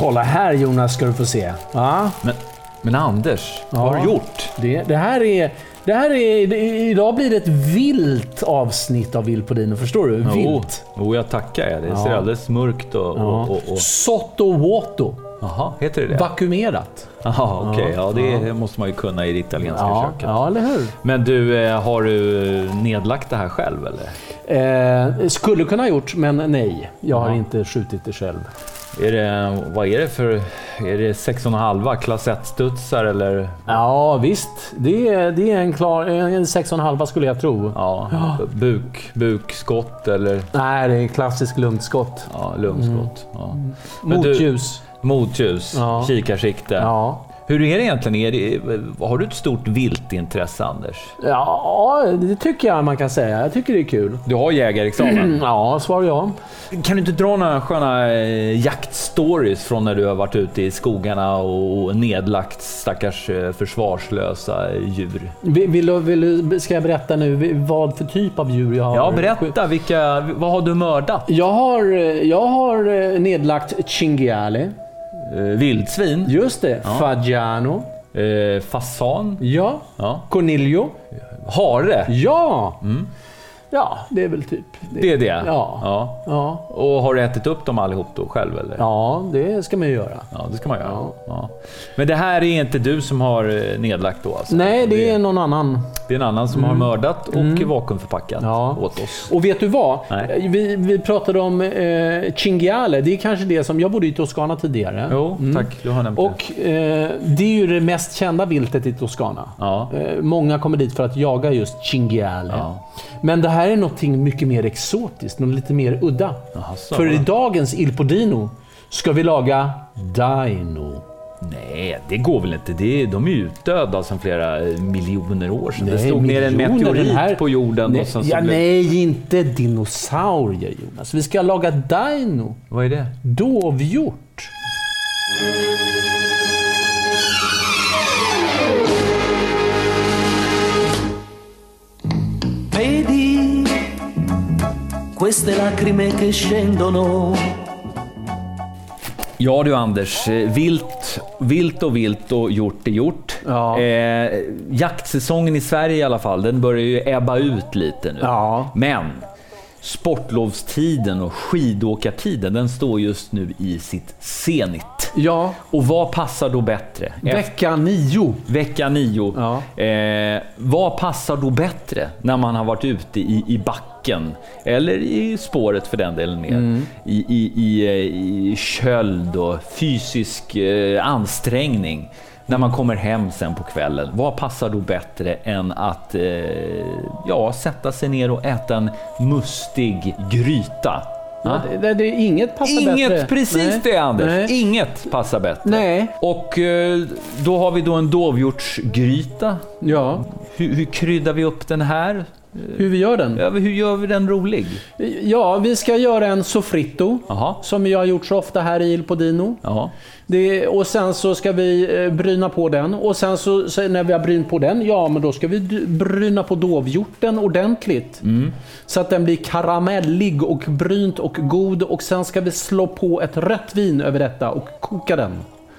Kolla här Jonas, ska du få se. Ja. Men Anders, vad har du gjort? Det här är idag blir det ett vilt avsnitt av Vill på Dino, förstår du? Vilt. Jag tackar er. Det ser alldeles mörkt och... Sotto vuoto. Jaha, heter det? Vakuumerat. Jaha, okej. Ja, det måste man ju kunna i det italienska köket. Ja, eller hur? Men du, har du nedlagt det här själv eller? Skulle kunna ha gjort, men nej. Jag har inte skjutit det själv. Vad är det för... Är det 6,5 klass 1-studsar eller? Ja, visst. Det är en 6,5 skulle jag tro. Ja. Bukskott eller? Nej, det är en klassisk lungskott. Ja, lungskott. Ja. Motljus. Ja. Kikarsikte. Ja. Hur är det egentligen? Har du ett stort viltintresse, Anders? Ja, det tycker jag man kan säga. Jag tycker det är kul. Du har jägarexamen? Ja, svar ja. Kan du inte dra några sköna jaktstories från när du har varit ute i skogarna och nedlagt stackars försvarslösa djur? Ska jag berätta nu vad för typ av djur jag har? Ja, berätta. Vad har du mördat? Jag har nedlagt cinghiale. Vildsvin. Just det. Ja. Fagiano. Fasan. Ja. Coniglio. Hare. Ja. Ja, det är väl typ det. Det är det? Ja. Och har du ätit upp dem allihop då själv eller? Ja, det ska man ju göra. Ja, det ska man göra. Ja. Men det här är inte du som har nedlagt då alltså? Nej, det är någon annan. Det är en annan som har mördat och vakuumförpackat åt oss. Och vet du vad? Vi pratade om cinghiale. Det är kanske det som... Jag bodde i Toscana tidigare. Jo, tack. Du har nämnt det. Och det är ju det mest kända viltet i Toscana. Ja. Många kommer dit för att jaga just cinghiale. Ja. Men det här är någonting mycket mer exotiskt, något lite mer udda. För i dagens Il på Dino ska vi laga dino. Nej, det går väl inte. De är ju utdöda sedan flera miljoner år sedan. Det stod ner en meteorit på jorden. Nej, och sen nej, inte dinosaurier, Jonas. Vi ska laga dino. Vad är det? Dovhjort. Vedi queste lacrime che scendono. Ja du Anders, vilt och gjort är gjort. Ja. Jaktsäsongen i Sverige i alla fall, den börjar ju ebba ut lite nu. Ja. Men sportlovstiden och skidåkartiden, den står just nu i sitt zenit. Ja. Och vad passar då bättre? Vecka 9. Vecka 9. Ja. Vad passar då bättre när man har varit ute i backen eller i spåret för den delen mer? I köld och fysisk ansträngning. När man kommer hem sen på kvällen, vad passar då bättre än att sätta sig ner och äta en mustig gryta? Ja, det är inget passar bättre. Inget, precis. Nej. Det Anders. Nej. Inget passar bättre. Nej. Och då har vi då en dovhjortsgryta. Ja. Hur kryddar vi upp den här? Hur vi gör den? Ja, hur gör vi den rolig? Ja, vi ska göra en sofrito. Aha. Som jag har gjort så ofta här i Il på Dino. Aha. Och sen så ska vi bryna på den. Och sen så när vi har brynt på den, men då ska vi bryna på dovhjorten ordentligt. Så att den blir karamellig och brynt och god. Och sen ska vi slå på ett rött vin över detta och koka den.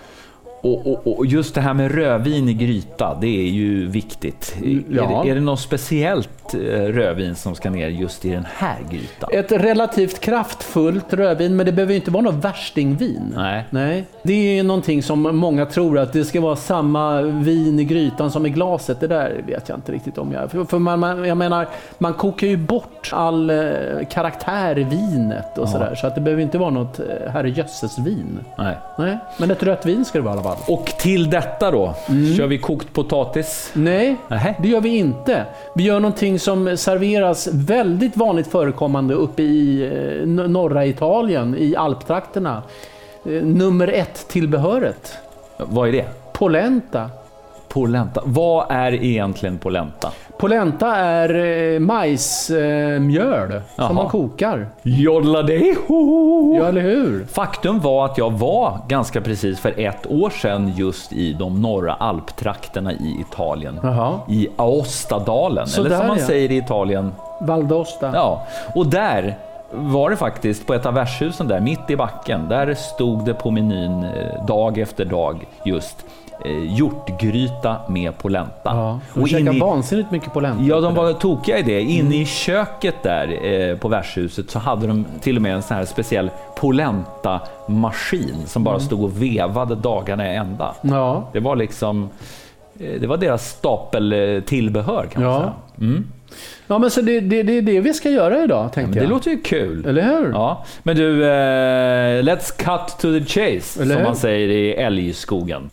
Och just det här med rödvin i gryta, det är ju viktigt. Ja. Är det något speciellt rödvin som ska ner just i den här grytan? Ett relativt kraftfullt rödvin, men det behöver inte vara något värstingvin. Nej. Det är någonting som många tror, att det ska vara samma vin i grytan som i glaset. Det där vet jag inte riktigt om. Jag menar, man kokar ju bort all karaktär i vinet och sådär. Så att det behöver inte vara något herrejössesvin. Nej. Men ett rött vin ska det vara i alla fall. Och till detta då, kör vi kokt potatis? Nej, det gör vi inte. Vi gör någonting som serveras väldigt vanligt förekommande uppe i norra Italien, i alptrakterna. Nummer 1 tillbehöret. Vad är det? Polenta. Polenta. Vad är egentligen polenta? Polenta är majsmjöl som man kokar. Joddladeho! Ja, eller hur? Faktum var att jag var ganska precis för 1 år sedan just i de norra alptrakterna i Italien. I Aostadalen, eller som man säger i Italien. Val d'Aosta. Ja, och där var det faktiskt på ett av värdshusen där, mitt i backen. Där stod det på menyn dag efter dag just hjortgryta med polenta. Ja, de käkar vansinnigt mycket polenta. Ja, de var tokiga i det. Inne i köket där på värdshuset så hade de till och med en sån här speciell polenta-maskin som bara stod och vevade dagarna i ända. Ja. Det var liksom... Det var deras stapeltillbehör kan man säga. Ja, men så det är det vi ska göra idag, tänkte jag. Det låter ju kul. Eller hur? Ja. Men du, let's cut to the chase, eller som hur? man säger i älgskogen.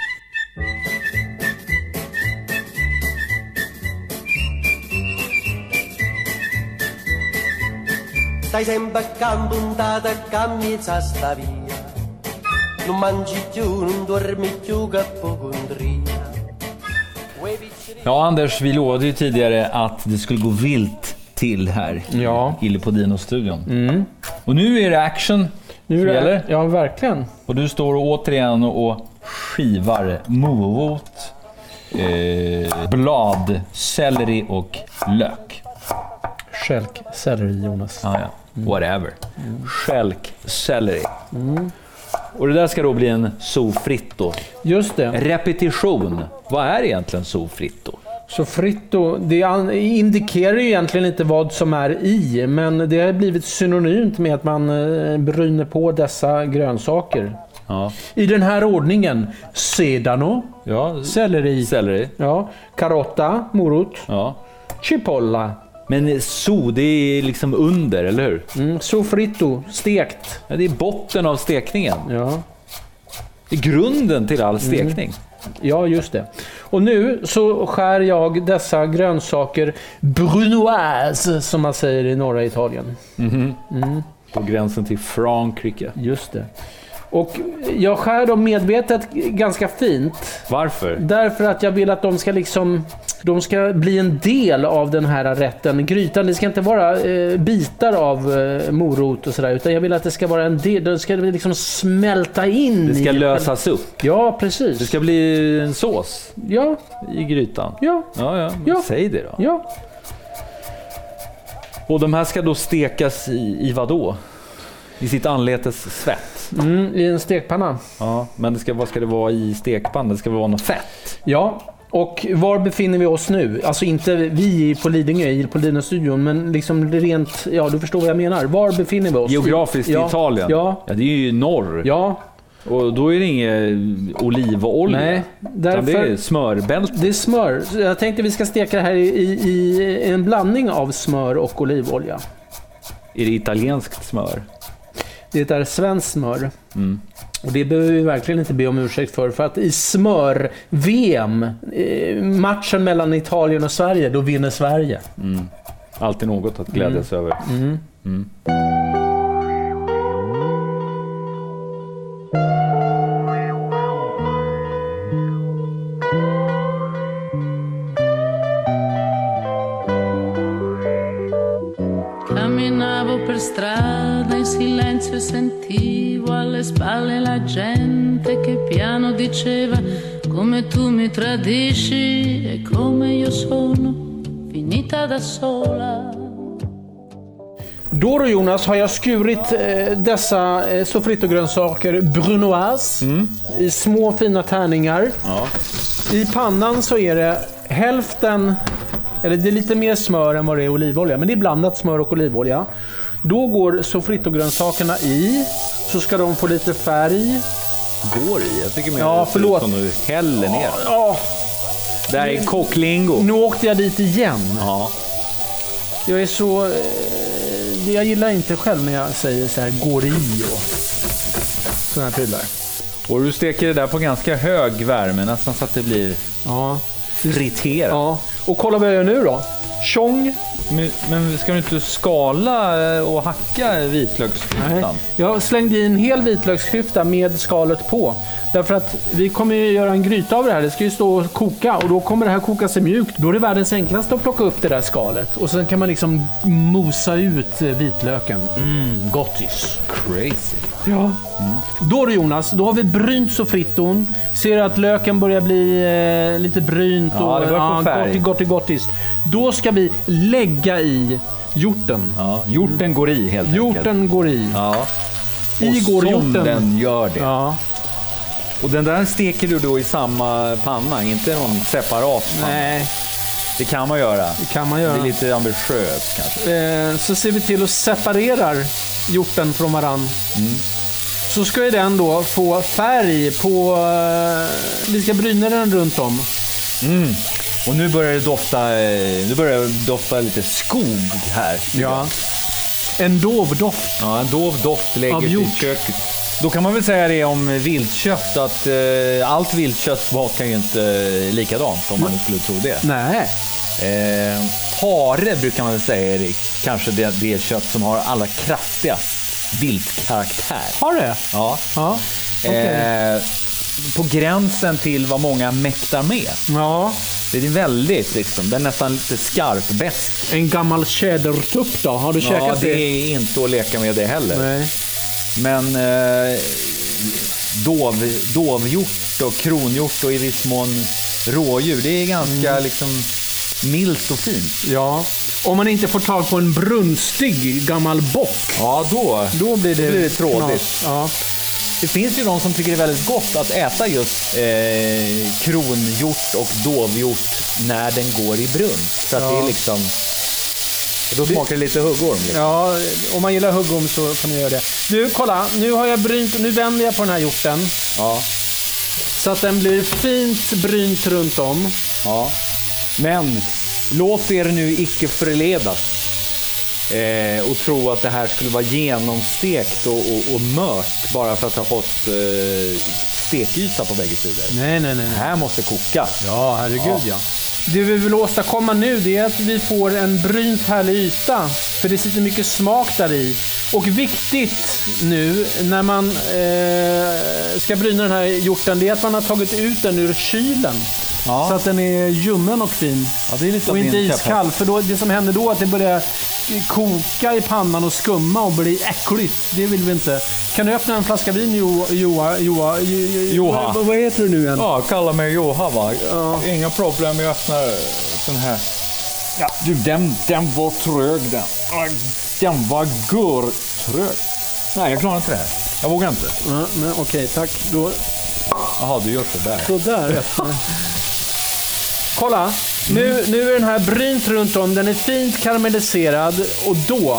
Stai sempre accampondata a camminare sta via. Non mangi più, non dormi più, cappocondria. Ja, Anders, vi lovade ju tidigare att det skulle gå vilt till här i Lipoldino-studion. Och nu är det action. Nu är det, ja, verkligen. Och du står återigen och skivar morot, blad, selleri och lök. Stjälkselleri, Jonas. Ja. Whatever. Stjälkselleri. Och det där ska då bli en sofritto. Just det. Repetition. Vad är egentligen sofritto? Sofritto, det indikerar ju egentligen inte vad som är i, men det har blivit synonymt med att man bryner på dessa grönsaker. Ja. I den här ordningen: sedano, selleri, ja, karotta, morot, cipolla. Men det är liksom under, eller hur? Sofritto, stekt. Ja, det är botten av stekningen. Ja. Det är grunden till all stekning. Ja, just det. Och nu så skär jag dessa grönsaker brunoise, som man säger i norra Italien. På gränsen till Frankrike. Just det. Och jag skär dem medvetet ganska fint. Varför? Därför att jag vill att de ska bli en del av den här rätten. Grytan, det ska inte vara bitar av morot och sådär, utan jag vill att det ska vara en del. Det ska liksom smälta in. Det ska lösas upp. Ja, precis. Det ska bli en sås. Ja. I grytan. Ja. Säg det då. Ja. Och de här ska då stekas i vad då? I sitt anletes svett. I en stekpanna. Ja, men vad ska det vara i stekpannan? Det ska vara något fett. Ja, och var befinner vi oss nu? Alltså inte vi på Lidingö, i Lipoldino-studion, men liksom rent, ja, du förstår vad jag menar. Var befinner vi oss? Geografiskt i Italien. Ja, det är ju norr. Ja. Och då är det inget olivolja. Nej, därför det är smörbälte. Det är smör. Jag tänkte vi ska steka det här i en blandning av smör och olivolja. Är det italienskt smör? Det är svenskt smör. Och det behöver vi verkligen inte be om ursäkt för att i smör-VM, matchen mellan Italien och Sverige, då vinner Sverige. Alltid något att glädjas över. Camminavo per strada in silenzio e sentivo alle spalle la gente che piano diceva come tu mi tradisci e come io sono finita da sola. Då Jonas har jag skurit dessa sofrittogrönsaker brunoise i små fina tärningar. Ja. I pannan så är det hälften, eller det är lite mer smör än vad det är olivolja, men det är blandat smör och olivolja. Då går sofrittogrönsakerna i, så ska de få lite färg. Går i? Jag tycker mer förlåt. Som du häller ner. Ja. Det här är kocklingo. Nu åkte jag dit igen. Ja. Jag är så... Jag gillar inte själv när jag säger så här går i och såna här prylar. Och du steker det där på ganska hög värme, nästan så att det blir friterat. Ja. Och kolla vad jag gör nu då. Tjong. Men ska du inte skala och hacka vitlöksklyftan? Nej, jag slängde i en hel vitlöksklyfta med skalet på. Därför att vi kommer ju göra en gryta av det här. Det ska ju stå och koka och då kommer det här koka sig mjukt. Då är det världens enklaste att plocka upp det där skalet. Och sen kan man liksom mosa ut vitlöken. Gottis. Crazy. Ja. Då Jonas, då har vi brynt sofritton. Ser att löken börjar bli lite brynt och det börjar få färg. gottis. Då ska vi lägga i Hjorten. Ja, hjorten går i helt enkelt. Hjorten går i. Ja. I och går som hjorten. Den gör det. Ja. Och den där steker du då i samma panna, inte någon separat panna. Nej, Det kan man göra. det kan man göra. Det är lite ambitiöst kanske. Så ser vi till att separera hjorten från varann. Så ska ju den då få färg på... vi ska bryna den runt om. Och nu börjar det dofta lite skog här. Ja. En dov doft. Ja, en dov doft lägger Av till hjort. köket. Då kan man väl säga det om viltkött, att allt viltkött smakar ju inte likadant om man skulle tro det. Nej. Hare brukar man väl säga, Erik. Kanske det kött som har allra kraftigast viltkaraktär. Har det? Ja. Ja. Okay. På gränsen till vad många mäktar med. Ja. Det är väldigt liksom, den är nästan lite skarpbäst. En gammal tjädertupp då? Har du käkat det? Det är inte att leka med det heller. Nej. Men dovhjort och kronhjort och i viss mån rådjur, det är ganska liksom milt och fint. Ja. Om man inte får tag på en brunstig gammal bock. Ja, då blir det trådigt. Ja. Det finns ju de som tycker det är väldigt gott att äta just kronhjort och dovhjort när den går i brunn. Så att det är liksom... Då smakar det lite huggorm. Liksom. Ja, om man gillar huggorm så kan man göra det. Du, kolla. Nu har jag brynt, nu vänder jag på den här hjorten. Ja. Så att den blir fint brynt runt om. Ja. Men låt er nu icke förledas och tro att det här skulle vara genomstekt och mört bara för att ha fått stekyta på bägge sidor. Nej. Det här måste koka. Ja, herregud ja. Det vi vill åstadkomma nu, det är att vi får en brynt härlig yta. För det sitter mycket smak där i. Och viktigt nu när man ska bryna den här hjorten, det är att man har tagit ut den ur kylen. Ja. Så att den är ljummen och fin. Ja, det är lite och inte iskall. För då, det som händer då är att det börjar koka i pannan och skumma och bli äckligt. Det vill vi inte. Kan du öppna en flaska vin, Joha? Vad heter du nu igen? Ja, kalla mig Joha, va? Ja. Inga problem, jag öppnar den här. Ja, du, den var trög den. Den var trög. Nej, jag klarar inte det här. Jag vågar inte. Ja, men okej, tack. Då... Jaha, du gör så där. Kolla, nu är den här brynt runt om. Den är fint karamelliserad. Och då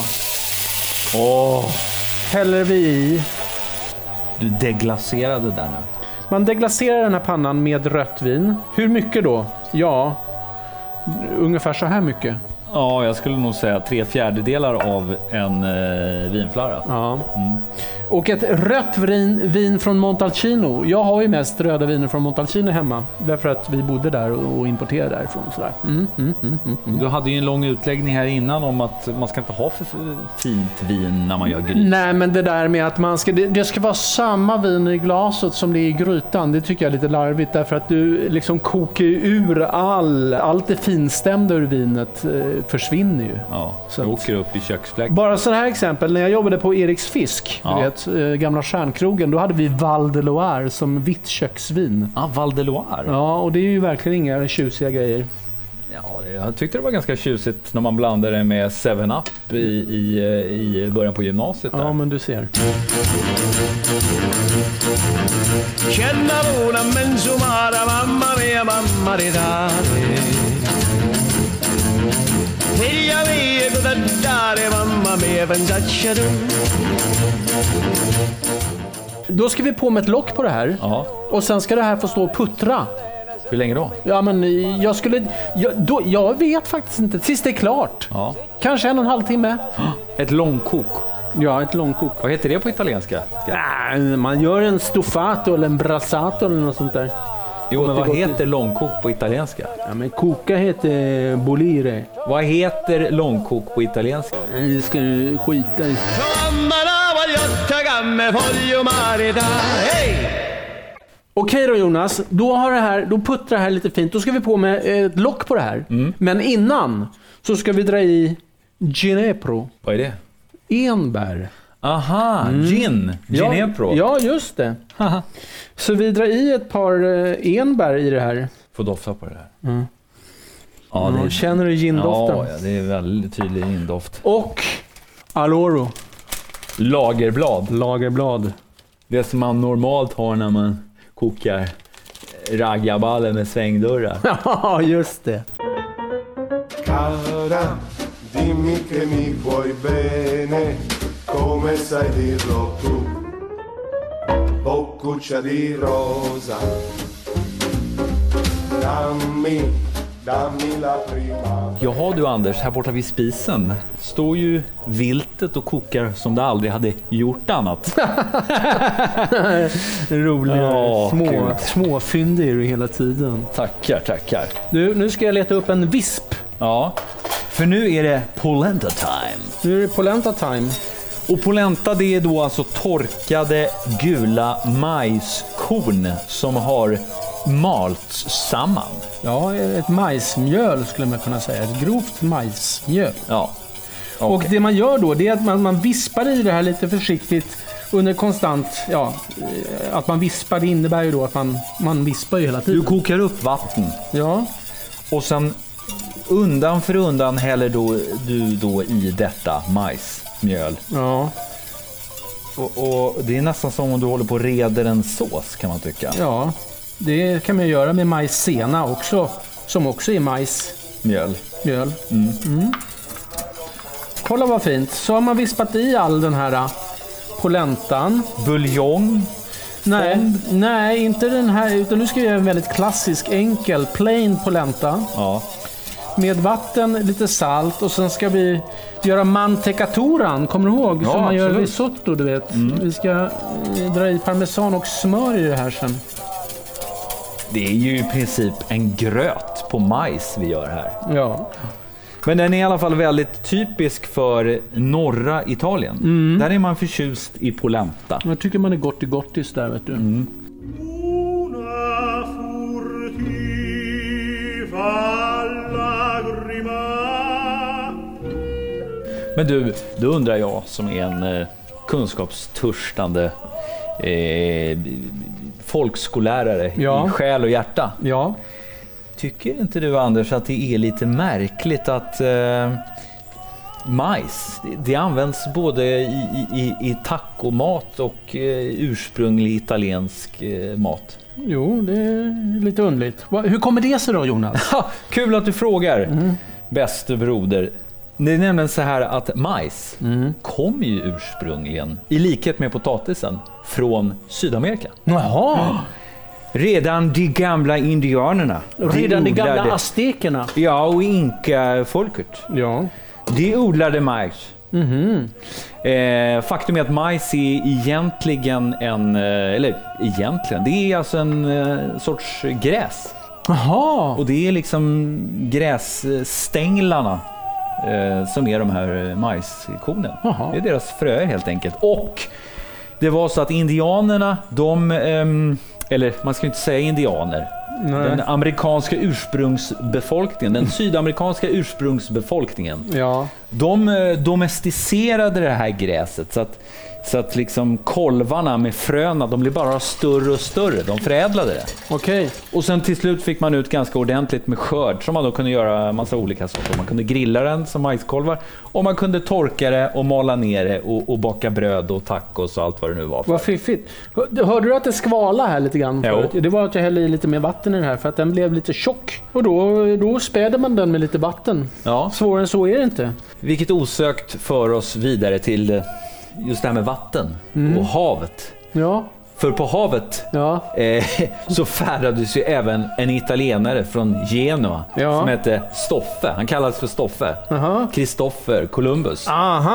häller vi i... Du deglacerade där nu. Man deglacerar den här pannan med rött vin. Hur mycket då? Ja, ungefär så här mycket. Ja, jag skulle nog säga 3/4 av en vinflarra. Ja. Och ett rött vin från Montalcino. Jag har ju mest röda viner från Montalcino hemma. Därför att vi bodde där och importerade därifrån. Sådär. Du hade ju en lång utläggning här innan om att man ska inte ha för fint vin när man gör gryta. Nej, men det där med att det ska vara samma vin i glaset som det är i grytan. Det tycker jag är lite larvigt. Därför att du liksom kokar ur allt det finstämda ur vinet försvinner ju. Ja, så det åker upp i köksfläck. Bara sådana här exempel. När jag jobbade på Eriks Fisk, du vet, gamla stjärnkrogen, då hade vi Val de Loire som vitt köksvin. Ja, Val de Loire. Ja, och det är ju verkligen inga tjusiga grejer. Ja, jag tyckte det var ganska tjusigt när man blandade det med 7-Up i början på gymnasiet där. Ja, men du ser. Då ska vi på med ett lock på det här. Ja. Och sen ska det här få stå och puttra. Hur länge då? Ja, men jag vet faktiskt inte. Tills det är klart. Ja. Kanske 1,5 timme. Ett långkok. Ja, ett långkok. Vad heter det på italienska? Man gör en stufato eller en brassato eller något sånt där. Jo, men vad heter långkok på italienska? Ja, men koka heter bollire. Vad heter långkok på italienska? Det ska du skita i. Okej då, Jonas, då puttrar det här lite fint. Då ska vi på med ett lock på det här. Men innan så ska vi dra i Ginepro. Vad är det? Enbär. Aha, Ginepro. Ja, just det. Så vi drar i ett par enbär i det här. Får dofta på det här. Ja, det känner du gindoften? Ja, det är väldigt tydlig gindoft. Och Aloro. Lagerblad. Det som man normalt har när man kokar raggarballe med svängdörrar. Ja, just det. Cara, dimmi che mi vuoi bene, come sai dirlo tu, boccuccia di rosa, dammi la prima. Jaha du Anders, här borta vid spisen står ju viltet och kokar som det aldrig hade gjort annat. Roliga småfyndig är du hela tiden. Tackar. Du, nu ska jag leta upp en visp. Ja, för nu är det polenta time. Och polenta, det är då alltså torkade gula majskorn som har malts samman. Ja, ett majsmjöl skulle man kunna säga. Ett grovt majsmjöl. Ja. Okay. Och det man gör då, det är att man vispar i det här lite försiktigt under konstant, att man vispar, det innebär ju då att man vispar ju hela tiden. Du kokar upp vatten. Ja. Och sen undan för undan häller du då i detta majsmjöl. Ja. Och det är nästan som om du håller på att reda en sås, kan man tycka. Ja, det kan man göra med majsena också, som också är majsmjöl. Kolla vad fint. Så har man vispat i all den här polentan. Buljong? Nej, inte den här, utan nu ska vi göra en väldigt klassisk, enkel, plain polenta. Ja. Med vatten, lite salt, och sen ska vi göra mantecaturan, kommer du ihåg? Ja, som man gör absolut. risotto, du vet. Vi ska dra i parmesan och smör i det här sen. Det är ju i princip en gröt på majs vi gör här. Ja. Men den är i alla fall väldigt typisk för norra Italien. Där är man förtjust i polenta. Jag tycker man är gottis där, vet du. Men du, då undrar jag som är en kunskapstörstande folkskollärare i själ och hjärta. Ja. Tycker inte du, Anders, att det är lite märkligt att majs, det används både i tacomat och ursprunglig italiensk mat? Jo, det är lite underligt. Hur kommer det sig då, Jonas? Kul att du frågar, bäste broder. Det är nämligen så här att majs kommer ju ursprungligen, i likhet med potatisen, från Sydamerika. Jaha! Redan de gamla indianerna. Redan de gamla aztekerna. Ja, och inka-folket. Ja. De odlade majs. Faktum är att majs är egentligen det är alltså en sorts gräs. Jaha! Och det är liksom grässtänglarna som är de här majskornen. Jaha. Det är deras fröer helt enkelt. Och det var så att indianerna, eller man ska inte säga indianer. Nej. Den amerikanska ursprungsbefolkningen, den sydamerikanska ursprungsbefolkningen. Ja. De domesticerade det här gräset så att liksom kolvarna med fröna, de blev bara större och större. De förädlade det. Okej. Och sen till slut fick man ut ganska ordentligt med skörd som man då kunde göra en massa olika saker. Man kunde grilla den som majskolvar och man kunde torka det och mala ner det och baka bröd och tacos och allt vad det nu var. Vad fiffigt. Hörde du att det skvala här lite grann förut? Det var att jag hällde i lite mer vatten i den här för att den blev lite tjock. Och då späder man den med lite vatten. Ja. Svårare än så är det inte. Vilket osökt för oss vidare till just det här med vatten och havet. Ja. För på havet så färdades ju även en italienare från Genua som hette Stoffe. Han kallades för Stoffe. Christopher Columbus.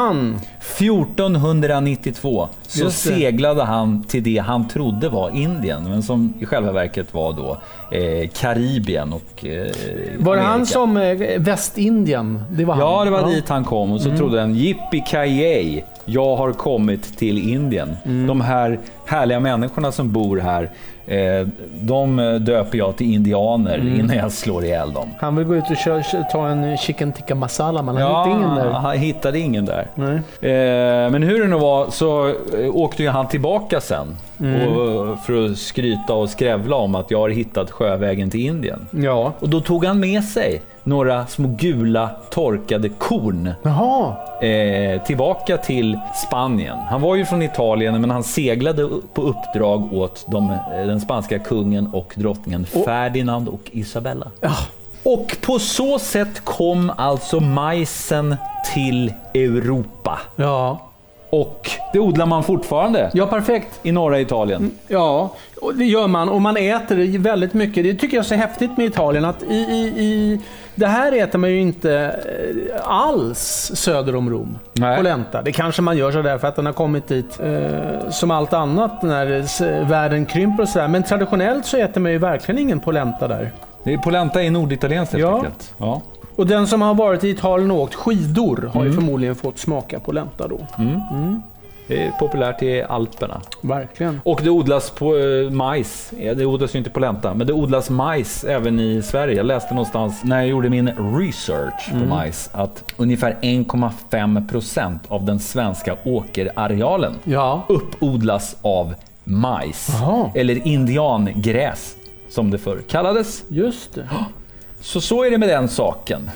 1492 så seglade han till det han trodde var Indien, men som i själva verket var då Karibien och var det han som Västindien? Det var han. Ja, det var dit han kom och så trodde han, yippee-ki-yay, jag har kommit till Indien. De här härliga människorna som bor här, de döper jag till indianer innan jag slår ihjäl dem. Han vill gå ut och ta en chicken tikka masala, men han hittade ingen där. Han hittade ingen där. Nej. Men hur det nu var så åkte ju han tillbaka sen och för att skryta och skrävla om att jag har hittat sjövägen till Indien. Ja. Och då tog han med sig några små gula torkade korn. Jaha. Tillbaka till Spanien. Han var ju från Italien, men han seglade på uppdrag åt den spanska kungen och drottningen Ferdinand och Isabella. Ja. Och på så sätt kom alltså majsen till Europa. Ja. Och det odlar man fortfarande. Ja, perfekt. I norra Italien. Ja, och det gör man. Och man äter det väldigt mycket. Det tycker jag är så häftigt med Italien. Att det här äter man ju inte alls söder om Rom. Nej. Polenta. Det kanske man gör så där för att den har kommit dit som allt annat när världen krymper och sådär. Men traditionellt så äter man ju verkligen ingen polenta där. Det är polenta i norditalienskt helt enkelt. Ja. Och den som har varit i Italien och åkt skidor har ju förmodligen fått smaka polenta då. Det är populärt i Alperna. Verkligen. Och det odlas på majs. Det odlas ju inte polenta, men det odlas majs även i Sverige. Jag läste någonstans när jag gjorde min research på majs att ungefär 1,5% av den svenska åkerarealen uppodlas av majs. Aha. Eller indiangräs som det förr kallades. Just det. Så är det med den saken.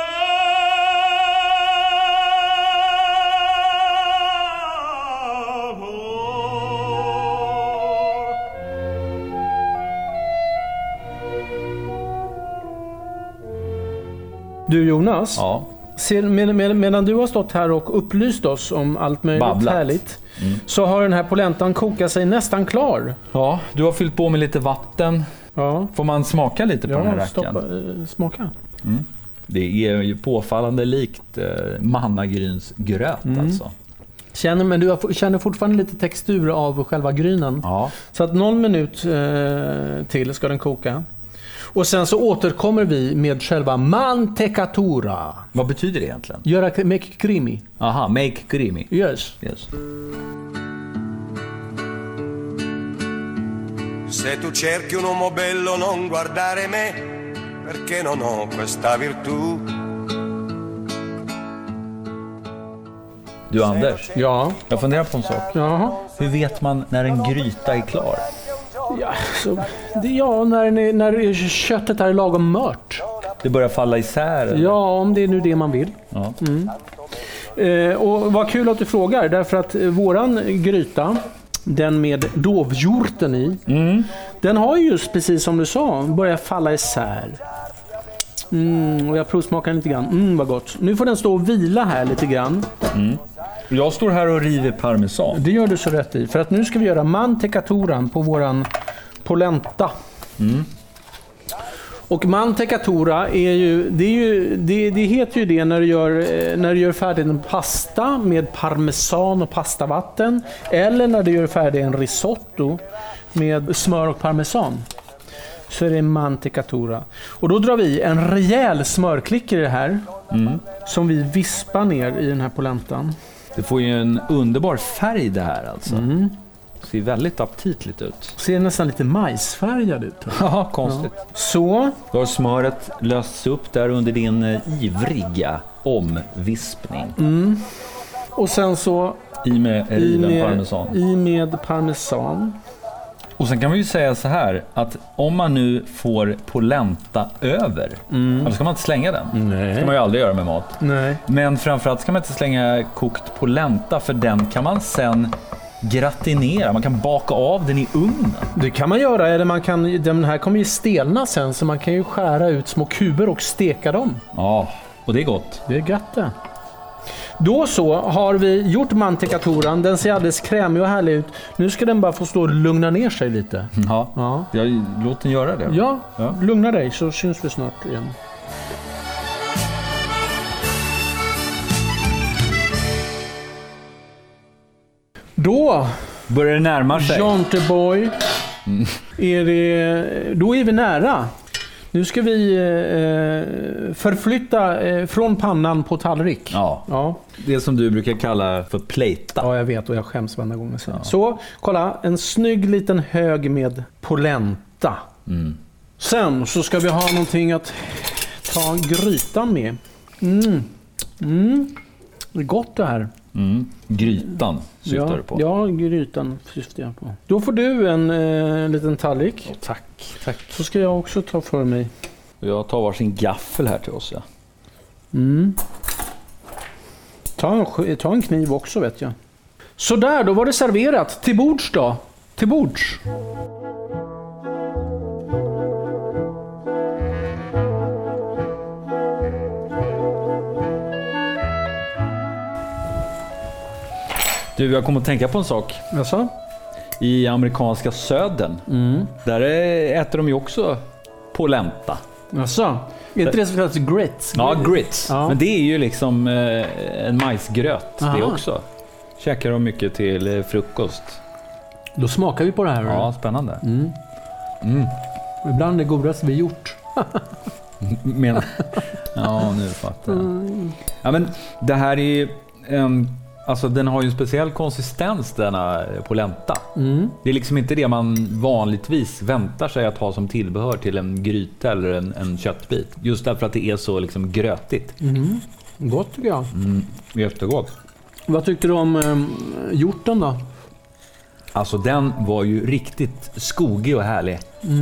Du Jonas, Ja. Medan du har stått här och upplyst oss om allt möjligt härligt så har den här polentan kokat sig nästan klar. Ja, du har fyllt på med lite vatten. Ja. Får man smaka lite på den här rackaren? Smaka. Det är ju påfallande likt mannagrynsgröt alltså. Men du känner fortfarande lite textur av själva grynen. Ja. Så att någon minut till ska den koka. Och sen så återkommer vi med själva mantecatura. Vad betyder det egentligen? Make creamy. Aha, make creamy. Yes. Se tu cerchi un uomo bello non guardare me, perché non ho questa virtù. Du Anders, Ja. jag funderar på en sak. Jaha. Hur vet man när en gryta är klar? Ja, när köttet är lagom mört. Det börjar falla isär? Eller? Ja, om det är nu det man vill. Ja. Och vad kul att du frågar, därför att våran gryta, den med dovhjorten i, den har ju just precis som du sa börjat falla isär. Och jag provsmakar lite grann. Vad gott. Nu får den stå och vila här lite grann. Jag står här och river parmesan. Det gör du så rätt i. För att nu ska vi göra mantecaturan på våran polenta. Och mantecatura är ju, det heter ju det när du gör färdig en pasta med parmesan och pastavatten, eller när du gör färdig en risotto med smör och parmesan. Så är det mantecatura. Och då drar vi en rejäl smörklick i det här som vi vispar ner i den här polentan. Det får ju en underbar färg det här alltså. Det ser väldigt aptitligt ut. Ser nästan lite majsfärgad ut. Ja, konstigt. Ja. Så. Då har smöret lösts upp där under din ivriga omvispning. Och sen så i med riven parmesan. I med parmesan. Och sen kan vi ju säga så här att om man nu får polenta över, då ska man inte slänga den. Nej. Det ska man ju aldrig göra med mat. Nej. Men framförallt ska man inte slänga kokt polenta, för den kan man sen gratinera. Man kan baka av den i ugnen. Det kan man göra, eller den här kommer ju stelna sen, så man kan ju skära ut små kuber och steka dem. Ja, och det är gott. Det är gott det. Då så har vi gjort mantecaturan. Den ser alldeles krämig och härlig ut. Nu ska den bara få stå och lugna ner sig lite. Ja. Låt den göra det. Ja, lugna dig så syns vi snart igen. Då börjar det närma sig. Jonteboy. Då är vi nära. Nu ska vi förflytta från pannan på tallrik. Ja. Det som du brukar kalla för plejta. Ja, jag vet och jag skäms varje gång jag säger. Så, kolla. En snygg liten hög med polenta. Sen så ska vi ha någonting att ta grytan med. Det är gott det här. Grytan syftar du på. Ja, grytan syftar jag på. Då får du en liten tallrik. Tack. Så ska jag också ta för mig. Jag tar varsin gaffel här till oss. Ja. Ta en kniv också, vet jag. Så där, då var det serverat. Till bords då. Till bords. Du, jag kommer att tänka på en sak. Jaså? I amerikanska södern, där äter de ju också polenta. Jaså? Är inte det som kallas grits? Ja, grits. Ja. Men det är ju liksom en majsgröt det också. Käkar de mycket till frukost. Då smakar vi på det här. Ja, spännande. Ibland är det godaste vi gjort. Men, ja, nu fattar jag. Ja, men det här är alltså den har ju en speciell konsistens, denna polenta. Det är liksom inte det man vanligtvis väntar sig att ha som tillbehör till en gryta eller en köttbit. Just därför att det är så liksom grötigt. Gott tycker jag. Jättegott. Vad tyckte du om hjorten då? Alltså den var ju riktigt skogig och härlig.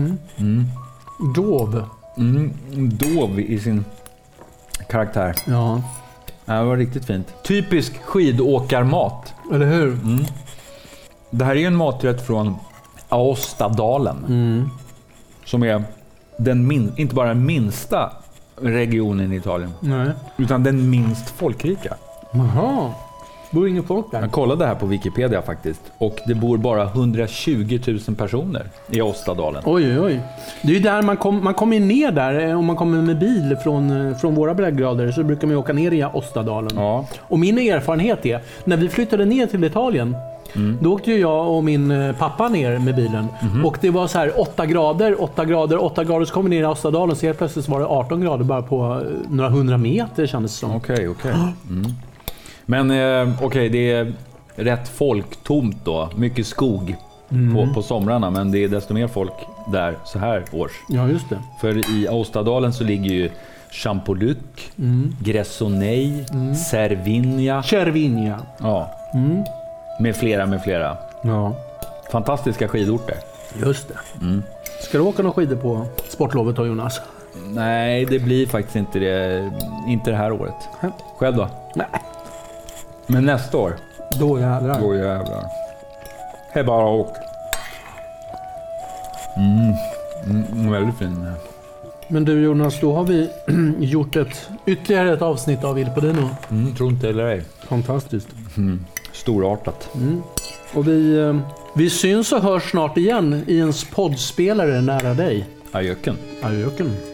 Dov. Dov i sin karaktär. Ja. Det var riktigt fint. Typisk skidåkarmat. Eller hur? Det här är ju en maträtt från Aostadalen. Som är inte bara den minsta regionen i Italien. Nej. Utan den minst folkrika. Jaha. Bor ingen folk där? Jag kollade här på Wikipedia faktiskt. Och det bor bara 120 000 personer i Aostadalen. Oj. Det är ju där man kommer ner där. Om man kommer med bil från våra breddgrader så brukar man åka ner i Aostadalen. Ja. Och min erfarenhet är, när vi flyttade ner till Italien, då åkte ju jag och min pappa ner med bilen. Och det var så här 8 grader. Så kom vi ner i Aostadalen så helt plötsligt var det 18 grader bara på några 100 meter kändes det som. Okej. Men det är rätt folktomt då. Mycket skog på somrarna, men det är desto mer folk där så här års. Ja, just det. För i Aostadalen så ligger ju Champoluc, Gressoney, Cervinia. Ja. Med flera. Ja. Fantastiska skidorter. Just det. Ska du åka några skidor på sportlovet då, Jonas? Nej, det blir faktiskt inte det. Inte det här året. Själv då? Nej. Men nästa år? Då jävlar. Hej bara åk. Väldigt fin. Men du Jonas, då har vi gjort ytterligare ett avsnitt av Il Podino. Tror inte eller ej. Fantastiskt. Storartat. Och vi syns och hörs snart igen i en poddspelare nära dig. Adjöken. Adjöken.